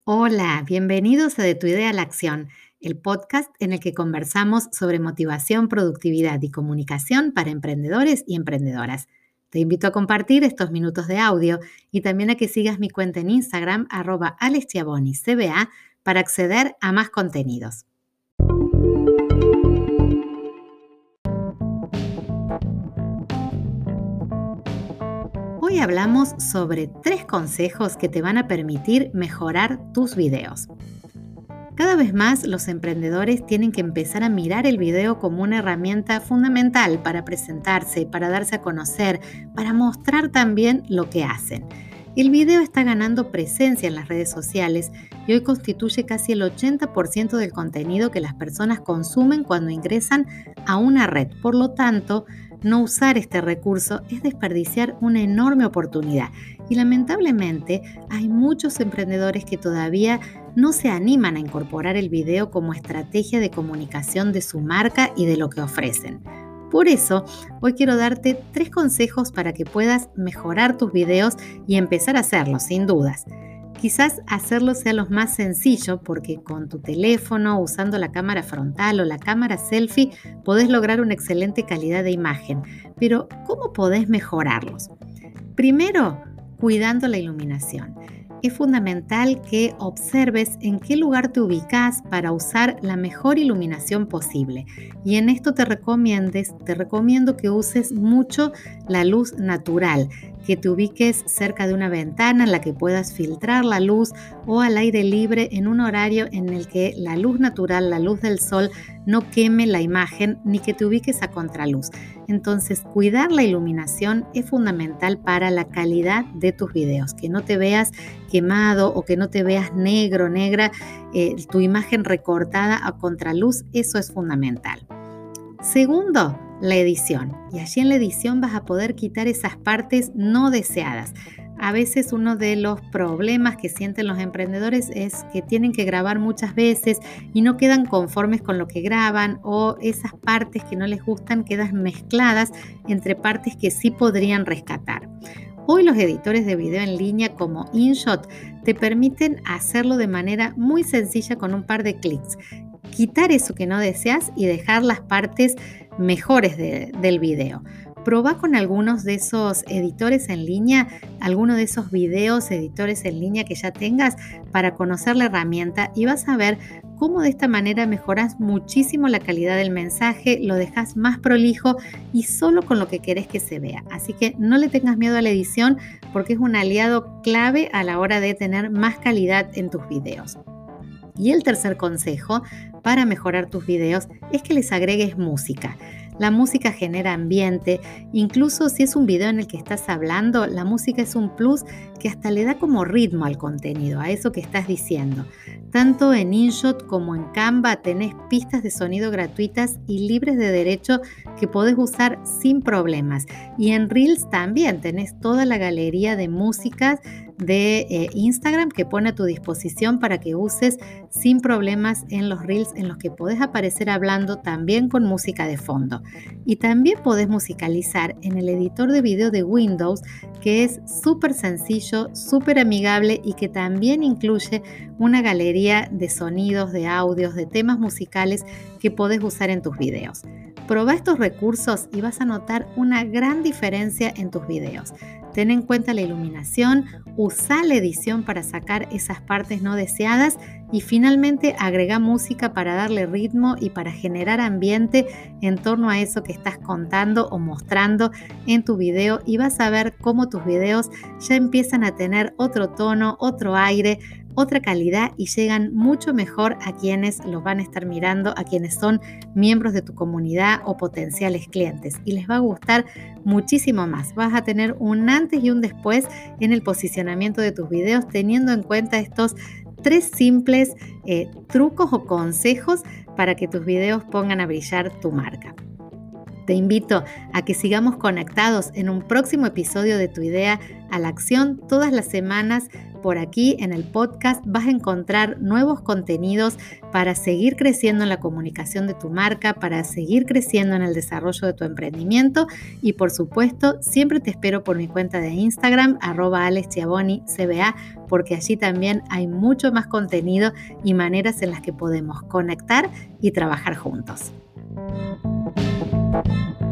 Hola, bienvenidos a De tu idea a la acción, el podcast en el que conversamos sobre motivación, productividad y comunicación para emprendedores y emprendedoras. Te invito a compartir estos minutos de audio y también a que sigas mi cuenta en Instagram @alexchiavoni_cba para acceder a más contenidos. Hoy hablamos sobre 3 consejos que te van a permitir mejorar tus videos. Cada vez más los emprendedores tienen que empezar a mirar el video como una herramienta fundamental para presentarse, para darse a conocer, para mostrar también lo que hacen. El video está ganando presencia en las redes sociales y hoy constituye casi el 80% del contenido que las personas consumen cuando ingresan a una red. Por lo tanto, no usar este recurso es desperdiciar una enorme oportunidad. Y lamentablemente hay muchos emprendedores que todavía no se animan a incorporar el video como estrategia de comunicación de su marca y de lo que ofrecen. Por eso, hoy quiero darte 3 consejos para que puedas mejorar tus videos y empezar a hacerlo, sin dudas. Quizás hacerlo sea lo más sencillo porque con tu teléfono, usando la cámara frontal o la cámara selfie, podés lograr una excelente calidad de imagen. Pero, ¿cómo podés mejorarlos? Primero, cuidando la iluminación. Es fundamental que observes en qué lugar te ubicas para usar la mejor iluminación posible. Y en esto te recomiendo que uses mucho la luz natural, que te ubiques cerca de una ventana en la que puedas filtrar la luz o al aire libre en un horario en el que la luz natural, la luz del sol, no queme la imagen ni que te ubiques a contraluz. Entonces, cuidar la iluminación es fundamental para la calidad de tus videos, que no te veas quemado o que no te veas negro, negra, tu imagen recortada a contraluz, eso es fundamental. Segundo, la edición. Y allí en la edición vas a poder quitar esas partes no deseadas. A veces uno de los problemas que sienten los emprendedores es que tienen que grabar muchas veces y no quedan conformes con lo que graban, o esas partes que no les gustan quedan mezcladas entre partes que sí podrían rescatar. Hoy los editores de video en línea como InShot te permiten hacerlo de manera muy sencilla con un par de clics. Quitar eso que no deseas y dejar las partes mejores del video. Probá con algunos de esos editores en línea, alguno de esos videos editores en línea que ya tengas para conocer la herramienta y vas a ver cómo de esta manera mejoras muchísimo la calidad del mensaje, lo dejas más prolijo y solo con lo que querés que se vea. Así que no le tengas miedo a la edición porque es un aliado clave a la hora de tener más calidad en tus videos. Y el tercer consejo para mejorar tus videos es que les agregues música. La música genera ambiente, incluso si es un video en el que estás hablando, la música es un plus que hasta le da como ritmo al contenido, a eso que estás diciendo. Tanto en InShot como en Canva tenés pistas de sonido gratuitas y libres de derecho que podés usar sin problemas. Y en Reels también tenés toda la galería de músicas de Instagram que pone a tu disposición para que uses sin problemas en los Reels en los que podés aparecer hablando también con música de fondo. Y también podés musicalizar en el editor de video de Windows, que es súper sencillo, súper amigable y que también incluye una galería de sonidos, de audios, de temas musicales que podés usar en tus videos. Probá estos recursos y vas a notar una gran diferencia en tus videos. Ten en cuenta la iluminación, usa la edición para sacar esas partes no deseadas y finalmente agrega música para darle ritmo y para generar ambiente en torno a eso que estás contando o mostrando en tu video, y vas a ver cómo tus videos ya empiezan a tener otro tono, otro aire, otra calidad y llegan mucho mejor a quienes los van a estar mirando, a quienes son miembros de tu comunidad o potenciales clientes, y les va a gustar muchísimo más. Vas a tener un antes y un después en el posicionamiento de tus videos teniendo en cuenta estos 3 simples trucos o consejos para que tus videos pongan a brillar tu marca. Te invito a que sigamos conectados en un próximo episodio de Tu Idea a la Acción. Todas las semanas por aquí en el podcast vas a encontrar nuevos contenidos para seguir creciendo en la comunicación de tu marca, para seguir creciendo en el desarrollo de tu emprendimiento y por supuesto siempre te espero por mi cuenta de Instagram @alexchiavoni_cba, porque allí también hay mucho más contenido y maneras en las que podemos conectar y trabajar juntos.